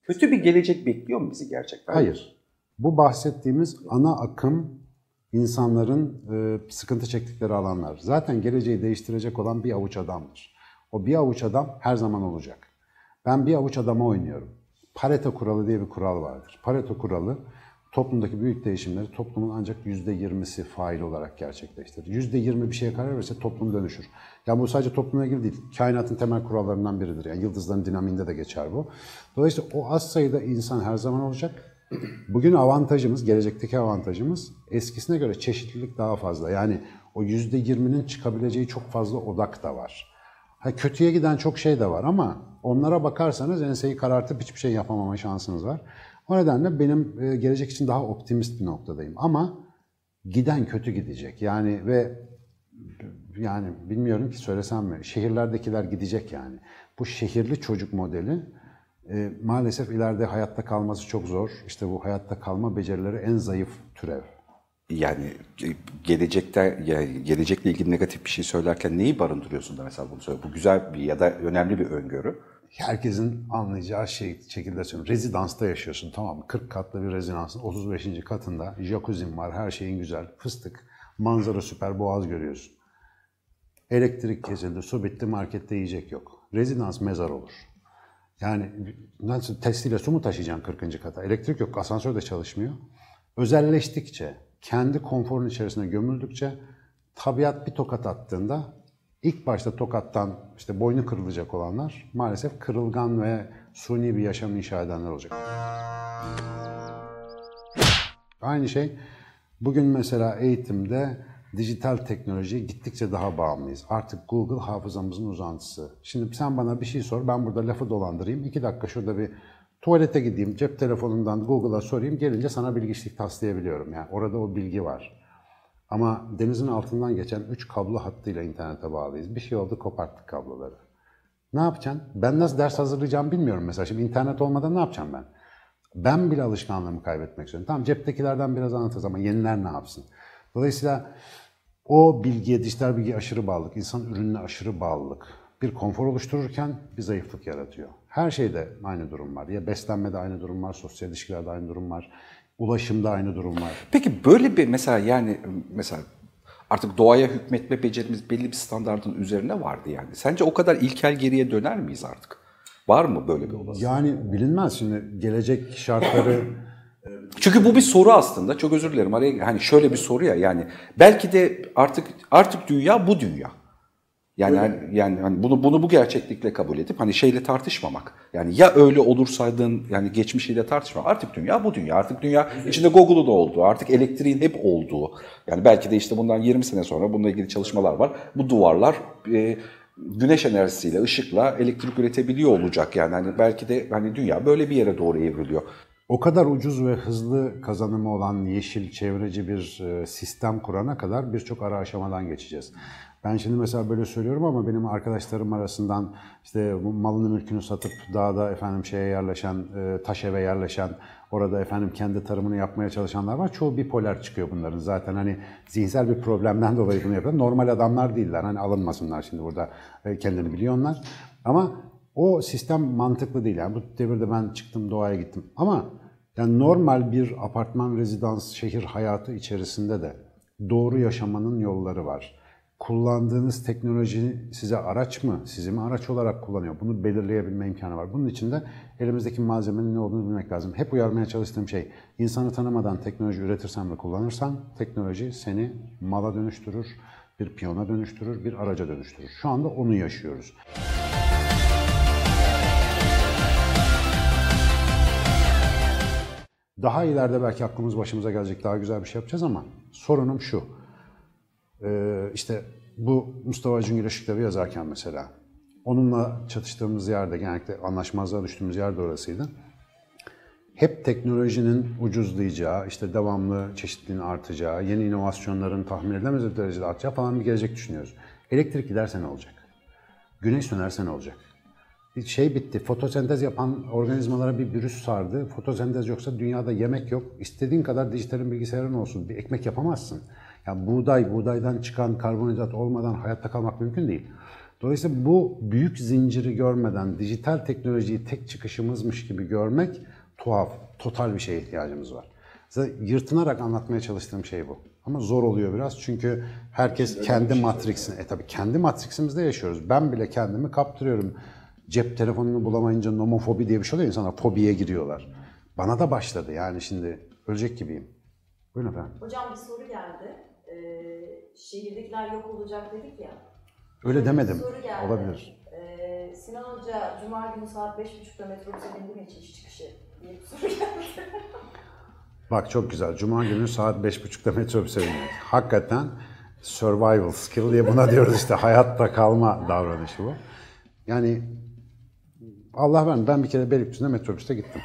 Kötü bir gelecek bekliyor mu bizi gerçekten? Hayır. Bu bahsettiğimiz ana akım insanların sıkıntı çektikleri alanlar. Zaten geleceği değiştirecek olan bir avuç adamdır. O bir avuç adam her zaman olacak. Ben bir avuç adama oynuyorum. Pareto kuralı diye bir kural vardır. Pareto kuralı toplumdaki büyük değişimleri toplumun ancak %20'si fail olarak gerçekleştirir. %20 bir şeye karar verirse toplum dönüşür. Yani bu sadece toplumla ilgili değil. Kainatın temel kurallarından biridir. Yani yıldızların dinamiğinde de geçer bu. Dolayısıyla o az sayıda insan her zaman olacak. Bugün avantajımız, gelecekteki avantajımız eskisine göre çeşitlilik daha fazla. Yani o %20'nin çıkabileceği çok fazla odak da var. Kötüye giden çok şey de var ama onlara bakarsanız enseyi karartıp hiçbir şey yapamama şansınız var. O nedenle benim gelecek için daha optimist bir noktadayım. Ama giden kötü gidecek. Yani bilmiyorum ki söylesem mi, şehirlerdekiler gidecek yani. Bu şehirli çocuk modeli maalesef ileride hayatta kalması çok zor. İşte bu hayatta kalma becerileri en zayıf türev. Yani gelecekle ilgili negatif bir şey söylerken neyi barındırıyorsun da mesela bunu söyle. Bu güzel bir ya da önemli bir öngörü. Herkesin anlayacağı şekilde söylüyorum. Rezidansta yaşıyorsun, tamam mı? 40 katlı bir rezidansın 35. katında jacuzzi'm var, her şeyin güzel, fıstık, manzara süper, boğaz görüyorsun. Elektrik kesildi, su bitti, markette yiyecek yok. Rezidans mezar olur. Yani nasıl testiyle su mu taşıyacaksın 40. kata? Elektrik yok, asansör de çalışmıyor. Özelleştikçe, kendi konforun içerisine gömüldükçe tabiat bir tokat attığında ilk başta tokattan işte boynu kırılacak olanlar maalesef kırılgan ve suni bir yaşam inşa edenler olacak. Aynı şey bugün mesela eğitimde dijital teknolojiye gittikçe daha bağımlıyız. Artık Google hafızamızın uzantısı. Şimdi sen bana bir şey sor, ben burada lafı dolandırayım. 2 dakika şurada bir tuvalete gideyim, cep telefonundan Google'a sorayım, gelince sana bilgiçlik taslayabiliyorum. Yani orada o bilgi var. Ama denizin altından geçen 3 kablo hattıyla internete bağlıyız. Bir şey oldu, koparttık kabloları. Ne yapacaksın? Ben nasıl ders hazırlayacağımı bilmiyorum mesela. Şimdi internet olmadan ne yapacağım ben? Ben bile alışkanlığımı kaybetmek istiyorum. Tamam, ceptekilerden biraz anlatırız ama yeniler ne yapsın? Dolayısıyla o bilgiye, dijital bilgiye aşırı bağlılık, insan ürününe aşırı bağlılık bir konfor oluştururken bir zayıflık yaratıyor. Her şeyde aynı durum var. Ya beslenmede aynı durum var, sosyal ilişkilerde aynı durum var, ulaşımda aynı durum var. Peki böyle bir mesela artık doğaya hükmetme becerimiz belli bir standardın üzerine vardı yani. Sence o kadar ilkel geriye döner miyiz artık? Var mı böyle bir olasılık? Yani bilinmez şimdi gelecek şartları. Çünkü bu bir soru aslında. Çok özür dilerim. Hani şöyle bir soru ya yani. Belki de artık dünya bu dünya. Yani hani bunu bu gerçeklikle kabul edip hani şeyle tartışmamak. Yani ya öyle olursaydın yani geçmişiyle tartışma. Artık dünya bu dünya. Artık dünya içinde Google'u da olduğu, artık elektriğin hep olduğu. Yani belki de işte bundan 20 sene sonra bununla ilgili çalışmalar var. Bu duvarlar güneş enerjisiyle, ışıkla elektrik üretebiliyor olacak yani. Hani belki de hani dünya böyle bir yere doğru evriliyor. O kadar ucuz ve hızlı kazanımı olan yeşil, çevreci bir sistem kurana kadar birçok ara aşamadan geçeceğiz. Ben şimdi mesela böyle söylüyorum ama benim arkadaşlarım arasından işte malını mülkünü satıp dağda şeye yerleşen, taş eve yerleşen, orada kendi tarımını yapmaya çalışanlar var. Çoğu bipolar çıkıyor bunların zaten hani zihinsel bir problemden dolayı bunu yapıyor. Normal adamlar değiller, hani alınmasınlar şimdi burada, kendini biliyorlar. Ama o sistem mantıklı değil. Yani bu devirde ben çıktım, doğaya gittim. Ama yani normal bir apartman, rezidans, şehir hayatı içerisinde de doğru yaşamanın yolları var. Kullandığınız teknoloji size araç mı, sizi mi araç olarak kullanıyor? Bunu belirleyebilme imkanı var. Bunun için de elimizdeki malzemenin ne olduğunu bilmek lazım. Hep uyarmaya çalıştığım şey, insanı tanımadan teknoloji üretirsen ve kullanırsan, teknoloji seni mala dönüştürür, bir piyona dönüştürür, bir araca dönüştürür. Şu anda onu yaşıyoruz. Daha ileride belki aklımız başımıza gelecek, daha güzel bir şey yapacağız ama sorunum şu. İşte bu Mustafa Acun Güleşik'te yazarken mesela, onunla çatıştığımız yerde, genellikle anlaşmazlığa düştüğümüz yerde orasıydı. Hep teknolojinin ucuzlayacağı, işte devamlı çeşitliliğin artacağı, yeni inovasyonların tahmin edilemez derecede artacağı falan bir gelecek düşünüyoruz. Elektrik giderse ne olacak? Güneş sönerse ne olacak? Bitti, fotosentez yapan organizmalara bir virüs sardı. Fotosentez yoksa dünyada yemek yok. İstediğin kadar dijitalin, bilgisayarın olsun, bir ekmek yapamazsın. Yani buğdaydan çıkan karbonhidrat olmadan hayatta kalmak mümkün değil. Dolayısıyla bu büyük zinciri görmeden dijital teknolojiyi tek çıkışımızmış gibi görmek tuhaf, total bir şeye ihtiyacımız var. Zaten yırtınarak anlatmaya çalıştığım şey bu. Ama zor oluyor biraz çünkü herkes kendi matriksini, tabii kendi matrisimizde yaşıyoruz. Ben bile kendimi kaptırıyorum. Cep telefonunu bulamayınca nomofobi diye bir şey oluyor. İnsanlar fobiye giriyorlar. Bana da başladı yani şimdi ölecek gibiyim. Buyurun efendim. Hocam bir soru geldi. Şehirdekiler yok olacak dedik ya. Öyle demedim. Soru geldi. Olabilir. Sinan Hoca Cuma günü saat 5.30'da metrobüse bindi mi hiç iş çıkışı diye bir soru geldi. Bak çok güzel. Cuma günü saat 5.30'da metrobüse binmek. Hakikaten survival skill diye buna diyoruz işte. Hayatta kalma davranışı bu. Yani Allah versin ben bir kere Beylikdüzü'nde metrobüste gittim.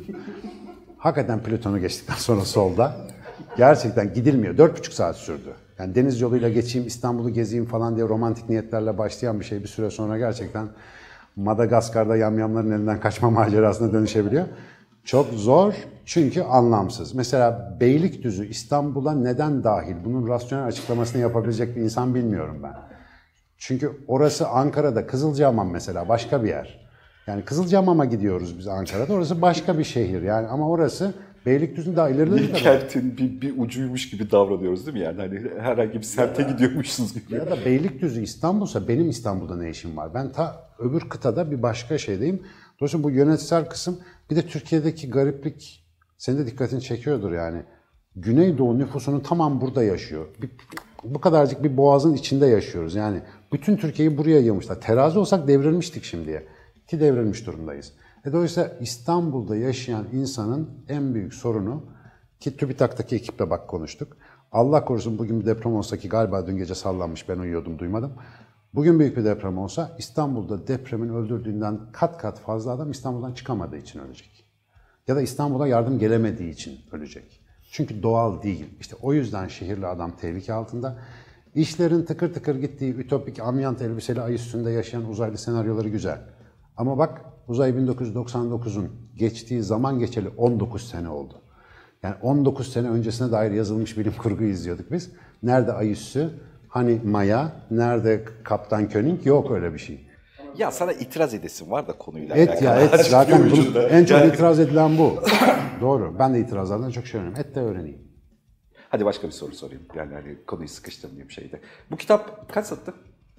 Hakikaten Plüton'u geçtikten sonra solda. Gerçekten gidilmiyor. 4,5 saat sürdü. Yani deniz yoluyla geçeyim, İstanbul'u gezeyim falan diye romantik niyetlerle başlayan bir şey bir süre sonra gerçekten Madagaskar'da yamyamların elinden kaçma macerasına dönüşebiliyor. Çok zor çünkü anlamsız. Mesela Beylikdüzü İstanbul'a neden dahil? Bunun rasyonel açıklamasını yapabilecek bir insan bilmiyorum ben. Çünkü orası Ankara'da Kızılcahamam mesela başka bir yer. Yani Kızılcahamam'a gidiyoruz biz Ankara'da. Orası başka bir şehir yani ama orası Beylikdüzü'nün daha ileride. Bir kentin bir ucuymuş gibi davranıyoruz değil mi yani? Hani herhangi bir semte gidiyormuşsunuz gibi. Ya da Beylikdüzü İstanbul'sa benim İstanbul'da ne işim var? Ben ta öbür kıtada bir başka şeydeyim. Dolayısıyla bu yönetsel kısım bir de Türkiye'deki gariplik senin de dikkatini çekiyordur yani. Güneydoğu nüfusunun tamam burada yaşıyor. Bu kadarcık bir boğazın içinde yaşıyoruz. Yani bütün Türkiye'yi buraya yığmışlar. Terazi olsak devrilmiştik şimdiye. Ki devrilmiş durumdayız. Dolayısıyla İstanbul'da yaşayan insanın en büyük sorunu ki TÜBİTAK'taki ekiple bak konuştuk. Allah korusun bugün bir deprem olsa ki galiba dün gece sallanmış ben uyuyordum duymadım. Bugün büyük bir deprem olsa İstanbul'da depremin öldürdüğünden kat kat fazla adam İstanbul'dan çıkamadığı için ölecek. Ya da İstanbul'a yardım gelemediği için ölecek. Çünkü doğal değil. İşte o yüzden şehirli adam tehlike altında. İşlerin tıkır tıkır gittiği ütopik amyant elbiseli ay üstünde yaşayan uzaylı senaryoları güzel. Ama bak uzay 1999'un geçtiği zaman geçeli 19 sene oldu. Yani 19 sene öncesine dair yazılmış bilim kurgu izliyorduk biz. Nerede ay üssü? Hani Maya? Nerede Kaptan König? Yok öyle bir şey. Ya sana itiraz edesin var da konuyla alakalı. Et. Zaten en çok itiraz edilen bu. Doğru. Ben de itirazlardan çok şey öğreniyorum. Et de öğreneyim. Hadi başka bir soru sorayım. Yani hani konuyu sıkıştırmayayım şeyde. Bu kitap kaç sattı?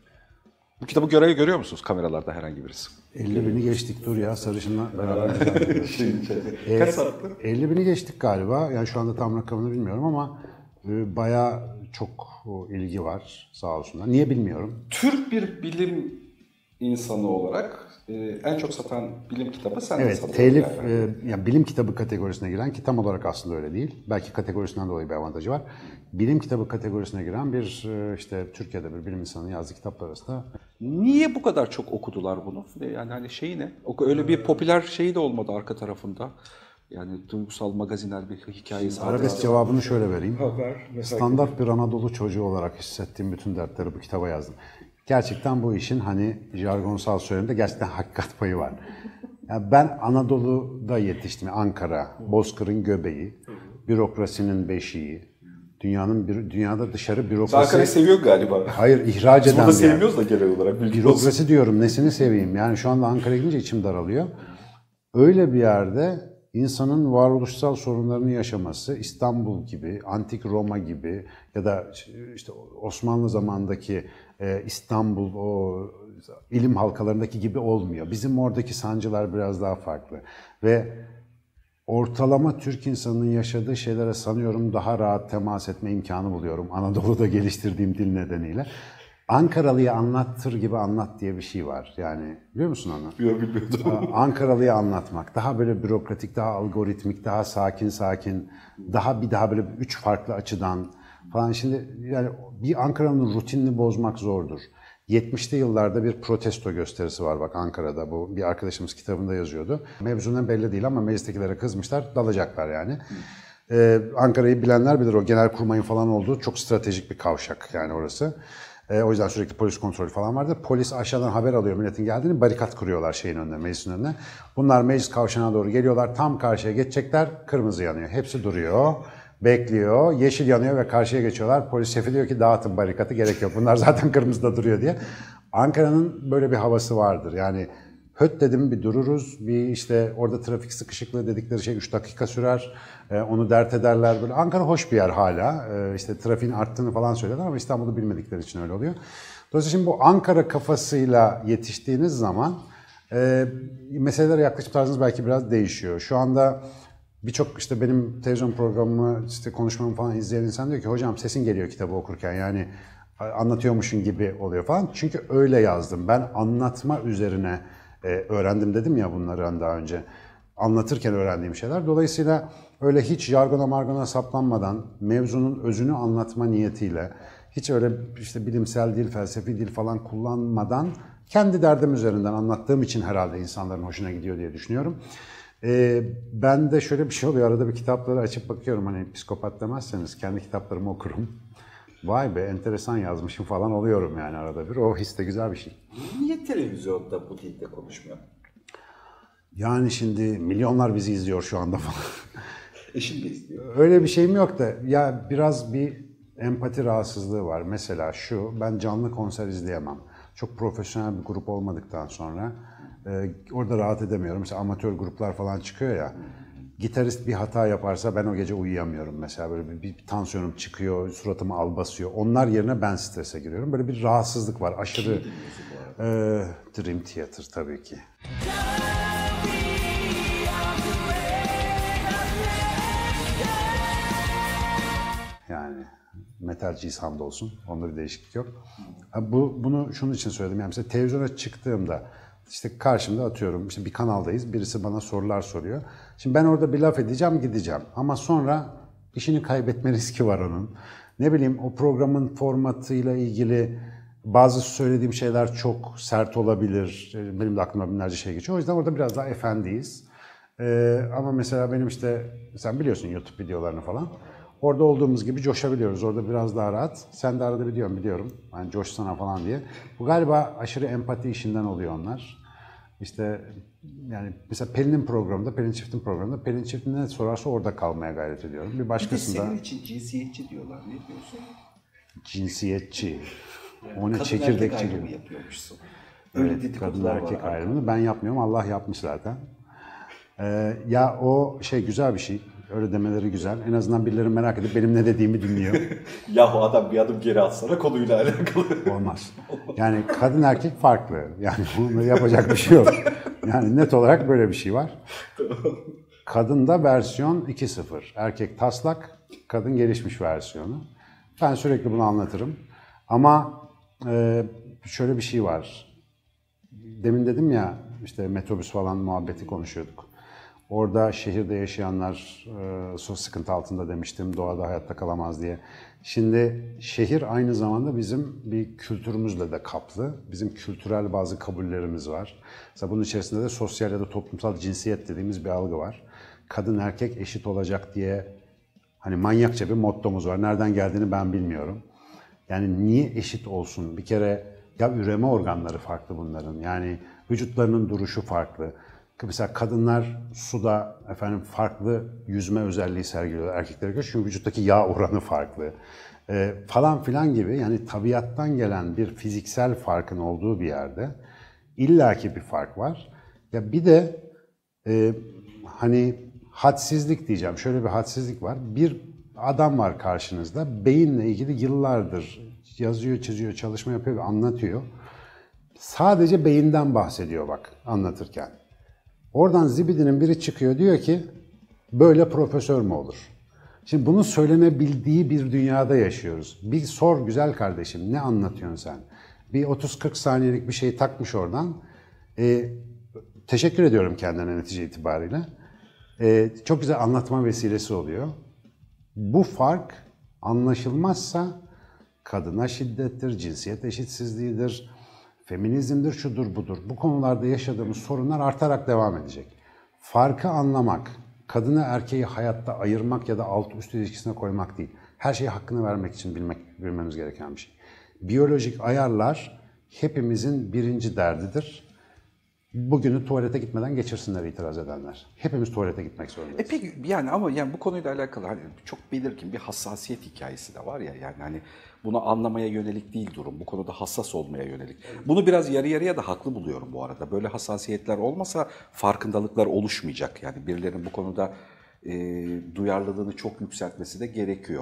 Bu kitabı görüyor musunuz kameralarda herhangi birisi? 50.000'i geçtik dur ya sarışınla beraber. Kaç sattı? 50.000'i geçtik galiba. Yani şu anda tam rakamını bilmiyorum ama bayağı çok ilgi var sağ olsunlar. Niye bilmiyorum. Türk bir bilim insanı olarak en çok satan bilim kitabı sen evet, satıyorsun. Telif, yani bilim kitabı kategorisine giren ki tam olarak aslında öyle değil. Belki kategorisinden dolayı bir avantajı var. Bilim kitabı kategorisine giren bir işte Türkiye'de bir bilim insanının yazdığı kitaplar arasında. Niye bu kadar çok okudular bunu? Yani hani şeyi ne? Öyle bir popüler şey de olmadı arka tarafında. Yani duygusal magazinel bir hikayesi. Arabesk cevabını şöyle vereyim. Standart bir Anadolu çocuğu olarak hissettiğim bütün dertleri bu kitaba yazdım. Gerçekten bu işin hani jargonsal söylemde gerçekten hakikat payı var. Yani ben Anadolu'da yetiştim. Ankara, Bozkır'ın göbeği, bürokrasinin beşiği, dünyada dışarı bürokrasi... Ankara'yı seviyor galiba. Hayır, ihraç eden bir yer. Biz burada sevmiyoruz da genel olarak. Bürokrasi diyorum, nesini seveyim? Yani şu anda Ankara'ya gidince içim daralıyor. Öyle bir yerde insanın varoluşsal sorunlarını yaşaması, İstanbul gibi, Antik Roma gibi ya da işte Osmanlı zamanındaki İstanbul, o ilim halkalarındaki gibi olmuyor. Bizim oradaki sancılar biraz daha farklı. Ve ortalama Türk insanının yaşadığı şeylere sanıyorum daha rahat temas etme imkanı buluyorum. Anadolu'da geliştirdiğim dil nedeniyle. Ankaralı'yı anlattır gibi anlat diye bir şey var. Yani biliyor musun onu? Yok, bilmiyordum. Ankaralı'yı anlatmak. Daha böyle bürokratik, daha algoritmik, daha sakin, daha böyle 3 farklı açıdan falan. Şimdi yani bir Ankara'nın rutinini bozmak zordur. 70'li yıllarda bir protesto gösterisi var bak Ankara'da. Bu bir arkadaşımız kitabında yazıyordu. Mevzu ne belli değil ama meclistekilere kızmışlar, dalacaklar yani. Ankara'yı bilenler bilir o Genelkurmay'ın falan olduğu çok stratejik bir kavşak yani orası. O yüzden sürekli polis kontrolü falan vardı. Polis aşağıdan haber alıyor milletin geldiğini, barikat kuruyorlar şeyin önüne, meclisin önüne. Bunlar meclis kavşağına doğru geliyorlar, tam karşıya geçecekler, kırmızı yanıyor. Hepsi duruyor. Bekliyor, yeşil yanıyor ve karşıya geçiyorlar. Polis şefi diyor ki dağıtın barikatı, gerek yok. Bunlar zaten kırmızıda duruyor diye. Ankara'nın böyle bir havası vardır. Yani höt dedim bir dururuz, bir işte orada trafik sıkışıklığı dedikleri şey 3 dakika sürer. Onu dert ederler böyle. Ankara hoş bir yer hala. İşte trafiğin arttığını falan söylerler ama İstanbul'u bilmedikleri için öyle oluyor. Dolayısıyla şimdi bu Ankara kafasıyla yetiştiğiniz zaman meselelere yaklaşım tarzınız belki biraz değişiyor. Şu anda birçok işte benim televizyon programımı, işte konuşmamı falan izleyen insan diyor ki hocam sesin geliyor kitabı okurken, yani anlatıyormuşsun gibi oluyor falan. Çünkü öyle yazdım. Ben anlatma üzerine öğrendim dedim ya bunları daha önce. Anlatırken öğrendiğim şeyler. Dolayısıyla öyle hiç jargona margona saplanmadan mevzunun özünü anlatma niyetiyle, hiç öyle işte bilimsel dil, felsefi dil falan kullanmadan kendi derdim üzerinden anlattığım için herhalde insanların hoşuna gidiyor diye düşünüyorum. Ben de şöyle bir şey oluyor, arada bir kitapları açıp bakıyorum, hani psikopat demezseniz kendi kitaplarımı okurum. Vay be enteresan yazmışım falan oluyorum yani arada bir. O his de güzel bir şey. Niye televizyonda bu dilde konuşmuyor? Yani şimdi milyonlar bizi izliyor şu anda falan. Eşim de izliyor. Öyle bir şeyim yok da ya biraz bir empati rahatsızlığı var. Mesela şu, ben canlı konser izleyemem. Çok profesyonel bir grup olmadıktan sonra orada rahat edemiyorum. Mesela amatör gruplar falan çıkıyor ya. Gitarist bir hata yaparsa ben o gece uyuyamıyorum mesela. Böyle bir tansiyonum çıkıyor, suratıma al basıyor. Onlar yerine ben strese giriyorum. Böyle bir rahatsızlık var. Aşırı Dream Theater tabii ki. Yani metalciyiz hamdolsun. Onda bir değişiklik yok. Bunu şunun için söyledim. Yani mesela televizyona çıktığımda işte karşımda atıyorum işte bir kanaldayız. Birisi bana sorular soruyor. Şimdi ben orada bir laf edeceğim, gideceğim. Ama sonra işini kaybetme riski var onun. Ne bileyim o programın formatıyla ilgili bazı söylediğim şeyler çok sert olabilir. Benim de aklıma binlerce şey geçiyor. O yüzden orada biraz daha efendiyiz. Ama mesela benim işte sen biliyorsun YouTube videolarını falan. Orada olduğumuz gibi coşabiliyoruz. Orada biraz daha rahat. Sen de arada biliyorum. Hani coşsana falan diye. Bu galiba aşırı empati işinden oluyor onlar. İşte yani mesela Pelin'in programında, Pelin Çift'in programında Pelin Çift ne sorarsa orada kalmaya gayret ediyorum. Bir başkasında... senin için cinsiyetçi diyorlar. Ne diyorsun? Cinsiyetçi. Yani O ne kadın çekirdekçi erkek ayrımı gibi. yapıyormuşsun. Öyle Evet, kadın var erkek ayrımını ben yapmıyorum. Allah yapmış zaten. Ya o şey güzel bir şey. Öyle demeleri güzel. En azından birileri merak edip benim ne dediğimi dinliyor. Yahu adam bir adım geri atsana konuyla alakalı. Olmaz. Yani kadın erkek farklı. Yani bunu yapacak bir şey yok. Yani net olarak böyle bir şey var. Kadında versiyon 2.0. Erkek taslak, kadın gelişmiş versiyonu. Ben sürekli bunu anlatırım. Ama şöyle bir şey var. Demin dedim ya işte metrobüs falan muhabbeti konuşuyorduk. Orada şehirde yaşayanlar sıkıntı altında demiştim, doğada hayatta kalamaz diye. Şimdi şehir aynı zamanda bizim bir kültürümüzle de kaplı. Bizim kültürel bazı kabullerimiz var. Mesela bunun içerisinde de sosyal ya da toplumsal cinsiyet dediğimiz bir algı var. Kadın erkek eşit olacak diye hani manyakça bir mottomuz var. Nereden geldiğini ben bilmiyorum. Yani niye eşit olsun? Bir kere ya üreme organları farklı bunların. Yani vücutlarının duruşu farklı. Mesela kadınlar suda farklı yüzme özelliği sergiliyorlar erkeklere göre. Çünkü vücuttaki yağ oranı farklı. Falan filan gibi yani tabiattan gelen bir fiziksel farkın olduğu bir yerde illaki bir fark var. Ya bir de hani hadsizlik diyeceğim. Şöyle bir hadsizlik var. Bir adam var karşınızda. Beyinle ilgili yıllardır yazıyor, çiziyor, çalışma yapıyor ve anlatıyor. Sadece beyinden bahsediyor bak anlatırken. Oradan zibidinin biri çıkıyor diyor ki böyle profesör mü olur? Şimdi bunun söylenebildiği bir dünyada yaşıyoruz. Bir sor güzel kardeşim ne anlatıyorsun sen? Bir 30-40 saniyelik bir şey takmış oradan. Teşekkür ediyorum kendine netice itibariyle. Çok güzel anlatma vesilesi oluyor. Bu fark anlaşılmazsa kadına şiddettir, cinsiyet eşitsizliğidir, feminizmdir, şudur budur. Bu konularda yaşadığımız sorunlar artarak devam edecek. Farkı anlamak, kadını erkeği hayatta ayırmak ya da alt üst ilişkisine koymak değil. Her şeyi hakkını vermek için bilmemiz gereken bir şey. Biyolojik ayarlar hepimizin birinci derdidir. bugünü tuvalete gitmeden geçirsinler itiraz edenler. Hepimiz tuvalete gitmek zorundayız. Peki yani ama yani bu konuyla alakalı hani çok belirgin bir hassasiyet hikayesi de var ya, yani hani bunu anlamaya yönelik değil durum. Bu konuda hassas olmaya yönelik. Bunu biraz yarı yarıya da haklı buluyorum bu arada. Böyle hassasiyetler olmasa farkındalıklar oluşmayacak. Yani birilerinin bu konuda duyarlılığını çok yükseltmesi de gerekiyor.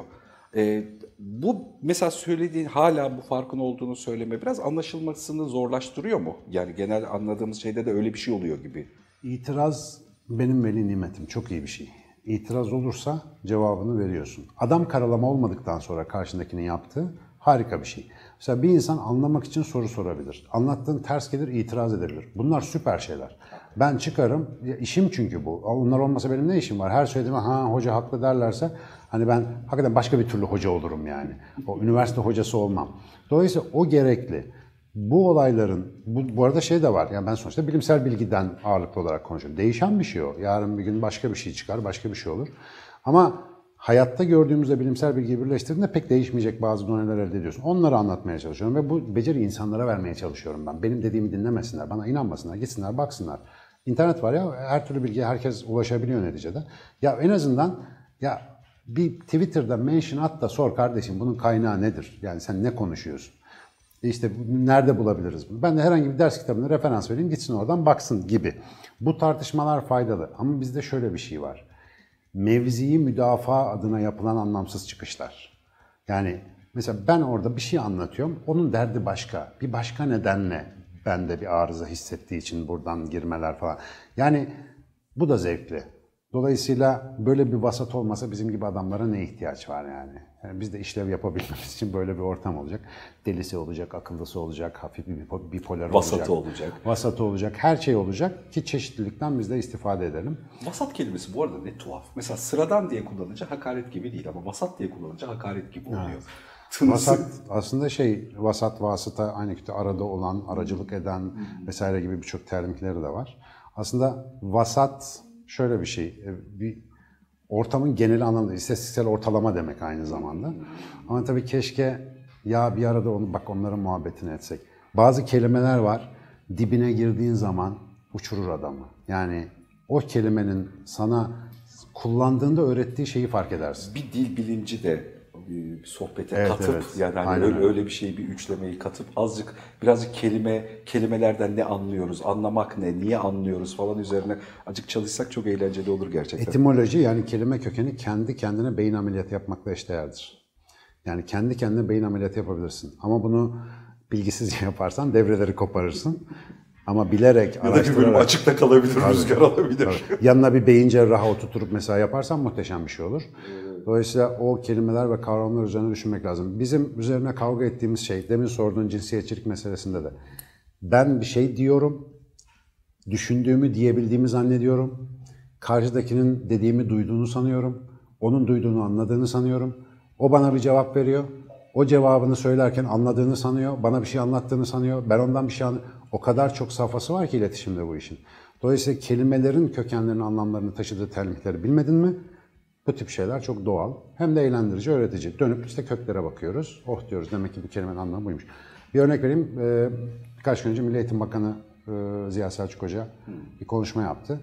Bu mesela söylediğin, hala bu farkın olduğunu söyleme biraz anlaşılmasını zorlaştırıyor mu? Yani genel anladığımız şeyde de öyle bir şey oluyor gibi. İtiraz benim veli nimetim. Çok iyi bir şey. İtiraz olursa cevabını veriyorsun. Adam karalama olmadıktan sonra karşındakinin yaptığı harika bir şey. Mesela bir insan anlamak için soru sorabilir. Anlattığın ters gelir, itiraz edebilir. Bunlar süper şeyler. Ben çıkarım, işim çünkü bu. Onlar olmasa benim ne işim var? Her söylediğime ha hoca haklı derlerse hani ben hakikaten başka bir türlü hoca olurum yani. O üniversite hocası olmam. Dolayısıyla o gerekli. Bu olayların, bu arada şey de var, yani ben sonuçta bilimsel bilgiden ağırlıklı olarak konuşuyorum. Değişen bir şey o. Yarın bir gün başka bir şey çıkar, başka bir şey olur. Ama hayatta gördüğümüzde bilimsel bilgiyi birleştirdiğinde pek değişmeyecek bazı doneler elde ediyorsun. Onları anlatmaya çalışıyorum ve bu beceri insanlara vermeye çalışıyorum ben. Benim dediğimi dinlemesinler, bana inanmasınlar, gitsinler, baksınlar. İnternet var ya, her türlü bilgiye herkes ulaşabiliyor neticede. Ya en azından ya bir Twitter'da mention at da sor kardeşim bunun kaynağı nedir? Yani sen ne konuşuyorsun? İşte nerede bulabiliriz bunu? Ben de herhangi bir ders kitabına referans vereyim, gitsin oradan baksın gibi. Bu tartışmalar faydalı ama bizde şöyle bir şey var. Mevziyi müdafaa adına yapılan anlamsız çıkışlar. Yani mesela ben orada bir şey anlatıyorum, onun derdi başka. Bir başka nedenle bende bir arıza hissettiği için buradan girmeler falan. Yani bu da zevkli. Dolayısıyla böyle bir vasat olmasa bizim gibi adamlara ne ihtiyaç var yani? Yani biz de işlev yapabilmemiz için böyle bir ortam olacak. Delisi olacak, akıllısı olacak, hafif bir bipolar olacak. Vasatı olacak. Vasatı olacak, her şey olacak ki çeşitlilikten biz de istifade edelim. Vasat kelimesi bu arada ne tuhaf. Mesela sıradan diye kullanınca hakaret gibi değil ama vasat diye kullanınca hakaret gibi oluyor. Evet. Vasat aslında vasat, vasıta, aynı kötü arada olan, aracılık eden vesaire gibi birçok terimleri de var. Aslında vasat şöyle bir şey, bir ortamın genel anlamda istatistiksel ortalama demek aynı zamanda. Ama tabii keşke ya bir arada onların muhabbetini etsek. Bazı kelimeler var, dibine girdiğin zaman uçurur adamı. Yani o kelimenin sana kullandığında öğrettiği şeyi fark edersin. Bir dil bilimci de sohbete katıp yani hani öyle bir şeyi, bir üçlemeyi katıp birazcık kelimelerden ne anlıyoruz, anlamak ne, niye anlıyoruz falan üzerine azıcık çalışsak çok eğlenceli olur gerçekten. Etimoloji yani kelime kökeni kendi kendine beyin ameliyatı yapmakla eşdeğerdir. Yani kendi kendine beyin ameliyatı yapabilirsin ama bunu bilgisizce yaparsan devreleri koparırsın. Ama bilerek, ya da bir bölüm açıkta kalabilir, rüzgar alabilir. Tabii. Yanına bir beyin cerrahı oturtup mesela yaparsan muhteşem bir şey olur. Dolayısıyla o kelimeler ve kavramlar üzerine düşünmek lazım. Bizim üzerine kavga ettiğimiz şey, demin sorduğun cinsiyetçilik meselesinde de. Ben bir şey diyorum, düşündüğümü diyebildiğimi zannediyorum. Karşıdakinin dediğimi duyduğunu sanıyorum. Onun duyduğunu anladığını sanıyorum. O bana bir cevap veriyor. O cevabını söylerken anladığını sanıyor. Bana bir şey anlattığını sanıyor. Ben ondan bir şey anlıyorum. O kadar çok safhası var ki iletişimde bu işin. Dolayısıyla kelimelerin kökenlerini, anlamlarını taşıdığı terimleri bilmedin mi? Bu tip şeyler çok doğal. Hem de eğlendirici, öğretici. Dönüp işte köklere bakıyoruz. Oh diyoruz, demek ki bu kelimenin anlamı buymuş. Bir örnek vereyim. Birkaç gün önce Milli Eğitim Bakanı Ziya Selçuk Hoca bir konuşma yaptı.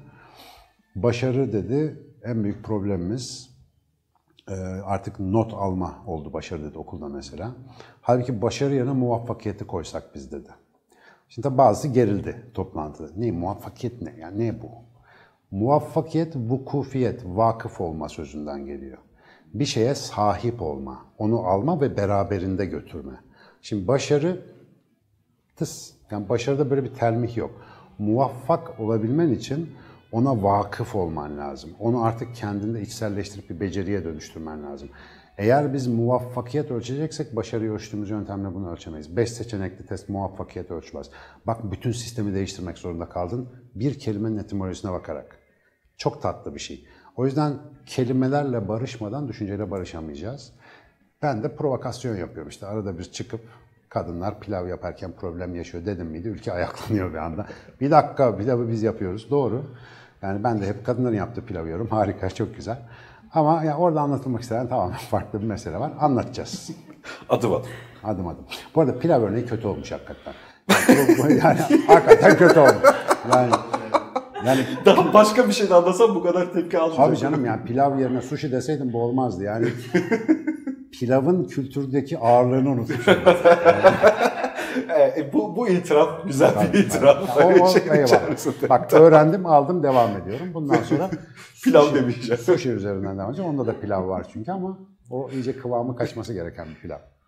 Başarı dedi, en büyük problemimiz artık not alma oldu başarı dedi okulda mesela. Halbuki başarı yerine muvaffakiyeti koysak biz dedi. Şimdi tabii bazısı gerildi toplantıda. Ne muvaffakiyet ne? Yani ne bu? Muvaffakiyet, vukufiyet, vakıf olma sözünden geliyor. Bir şeye sahip olma, onu alma ve beraberinde götürme. Şimdi başarı, yani başarıda böyle bir telmih yok. Muvaffak olabilmen için ona vakıf olman lazım. Onu artık kendinde içselleştirip bir beceriye dönüştürmen lazım. Eğer biz muvaffakiyet ölçeceksek başarıyı ölçtüğümüz yöntemle bunu ölçemeyiz. 5 seçenekli test muvaffakiyet ölçmez. Bak bütün sistemi değiştirmek zorunda kaldın bir kelimenin etimolojisine bakarak. Çok tatlı bir şey. O yüzden kelimelerle barışmadan düşünceyle barışamayacağız. Ben de provokasyon yapıyorum işte arada bir çıkıp kadınlar pilav yaparken problem yaşıyor dedim miydi ülke ayaklanıyor bir anda. Bir dakika pilavı biz yapıyoruz doğru. Yani ben de hep kadınların yaptığı pilav yiyorum harika çok güzel. Ama yani orada anlatılmak istenen tamamen farklı bir mesele var. Anlatacağız. Adım adım. Adım adım. Bu arada pilav örneği kötü olmuş hakikaten. Yani hakikaten kötü olmuş. Yani Daha başka bir şey de anlasam bu kadar tepki almayacağım. abi canım yani pilav yerine sushi deseydim bu olmazdı. Yani pilavın kültürdeki ağırlığını unutmuşum. Bu itiraf güzel bir itiraf. Eyvallah. Bak öğrendim, aldım, devam ediyorum. Bundan sonra Pilav demeyeceğim. Sushi üzerinden devam edeceğim. Onda da pilav var çünkü ama o iyice kıvamı kaçması gereken bir pilav.